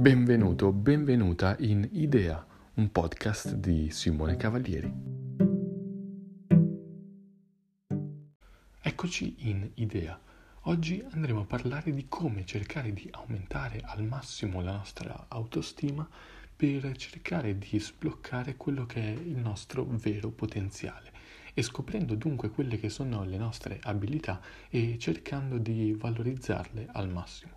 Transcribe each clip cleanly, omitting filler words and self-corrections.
Benvenuto, benvenuta in Idea, un podcast di Simone Cavalieri. Eccoci in Idea. Oggi andremo a parlare di come cercare di aumentare al massimo la nostra autostima per cercare di sbloccare quello che è il nostro vero potenziale e scoprendo dunque quelle che sono le nostre abilità e cercando di valorizzarle al massimo.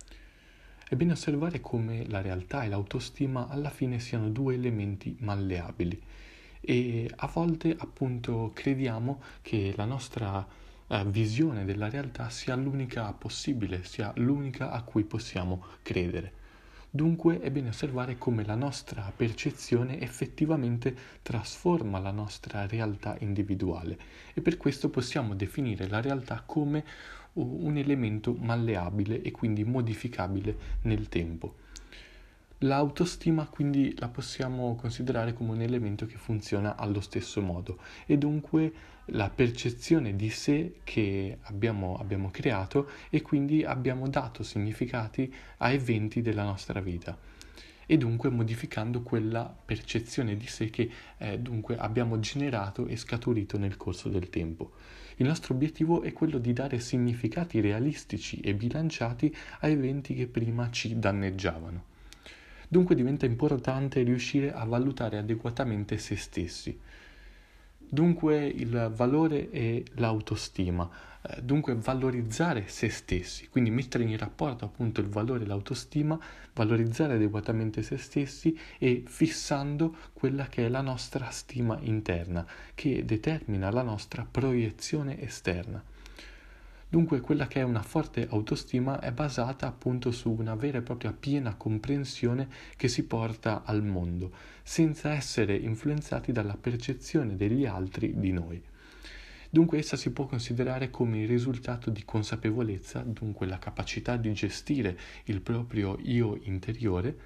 È bene osservare come la realtà e l'autostima alla fine siano due elementi malleabili e a volte appunto crediamo che la nostra visione della realtà sia l'unica possibile, sia l'unica a cui possiamo credere. Dunque è bene osservare come la nostra percezione effettivamente trasforma la nostra realtà individuale e per questo possiamo definire la realtà come un elemento malleabile e quindi modificabile nel tempo. L'autostima quindi la possiamo considerare come un elemento che funziona allo stesso modo e dunque la percezione di sé che abbiamo creato e quindi abbiamo dato significati a eventi della nostra vita e dunque modificando quella percezione di sé che dunque abbiamo generato e scaturito nel corso del tempo. Il nostro obiettivo è quello di dare significati realistici e bilanciati a eventi che prima ci danneggiavano. Dunque diventa importante riuscire a valutare adeguatamente se stessi. Dunque il valore è l'autostima, dunque valorizzare se stessi, quindi mettere in rapporto appunto il valore e l'autostima, valorizzare adeguatamente se stessi e fissando quella che è la nostra stima interna, che determina la nostra proiezione esterna. Dunque quella che è una forte autostima è basata appunto su una vera e propria piena comprensione che si porta al mondo, senza essere influenzati dalla percezione degli altri di noi. Dunque essa si può considerare come il risultato di consapevolezza, dunque la capacità di gestire il proprio io interiore,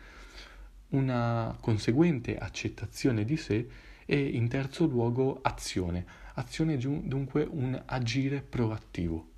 una conseguente accettazione di sé e in terzo luogo azione dunque un agire proattivo.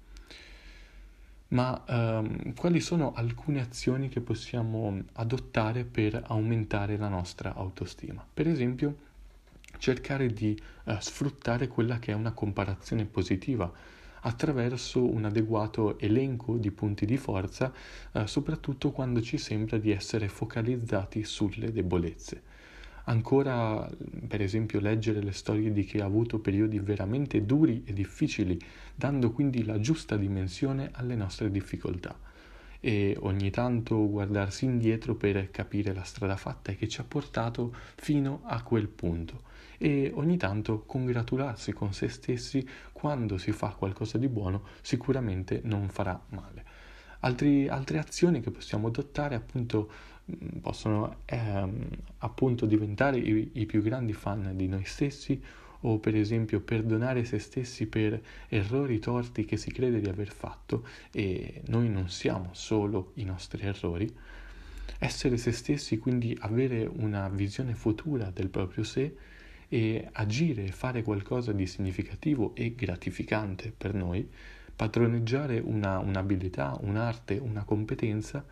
Ma quali sono alcune azioni che possiamo adottare per aumentare la nostra autostima? Per esempio, cercare di sfruttare quella che è una comparazione positiva attraverso un adeguato elenco di punti di forza, soprattutto quando ci sembra di essere focalizzati sulle debolezze. Ancora, per esempio, leggere le storie di chi ha avuto periodi veramente duri e difficili, dando quindi la giusta dimensione alle nostre difficoltà. E ogni tanto guardarsi indietro per capire la strada fatta e che ci ha portato fino a quel punto. E ogni tanto congratularsi con se stessi quando si fa qualcosa di buono sicuramente non farà male. Altre azioni che possiamo adottare appunto possono appunto diventare i più grandi fan di noi stessi o per esempio perdonare se stessi per errori torti che si crede di aver fatto e noi non siamo solo i nostri errori. Essere se stessi, quindi avere una visione futura del proprio sé e agire e fare qualcosa di significativo e gratificante per noi, padroneggiare un'abilità, un'arte, una competenza,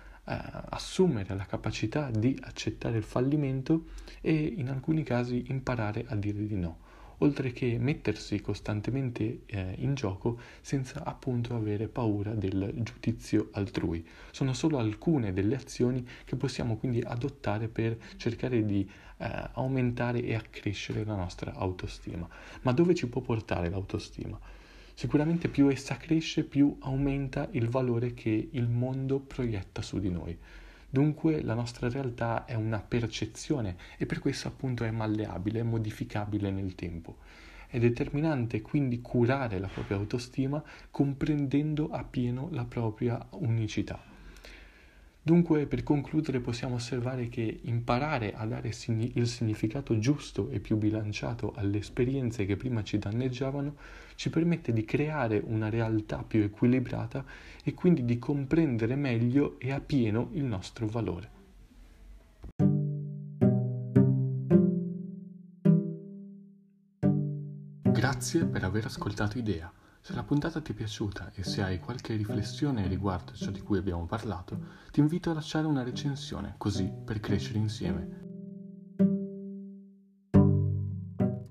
assumere la capacità di accettare il fallimento e in alcuni casi imparare a dire di no, oltre che mettersi costantemente in gioco senza appunto avere paura del giudizio altrui. Sono solo alcune delle azioni che possiamo quindi adottare per cercare di aumentare e accrescere la nostra autostima. Ma dove ci può portare l'autostima? Sicuramente più essa cresce, più aumenta il valore che il mondo proietta su di noi. Dunque la nostra realtà è una percezione e per questo appunto è malleabile, è modificabile nel tempo. È determinante quindi curare la propria autostima comprendendo appieno la propria unicità. Dunque, per concludere, possiamo osservare che imparare a dare il significato giusto e più bilanciato alle esperienze che prima ci danneggiavano ci permette di creare una realtà più equilibrata e quindi di comprendere meglio e appieno il nostro valore. Grazie per aver ascoltato Idea. Se la puntata ti è piaciuta e se hai qualche riflessione riguardo ciò di cui abbiamo parlato, ti invito a lasciare una recensione, così per crescere insieme.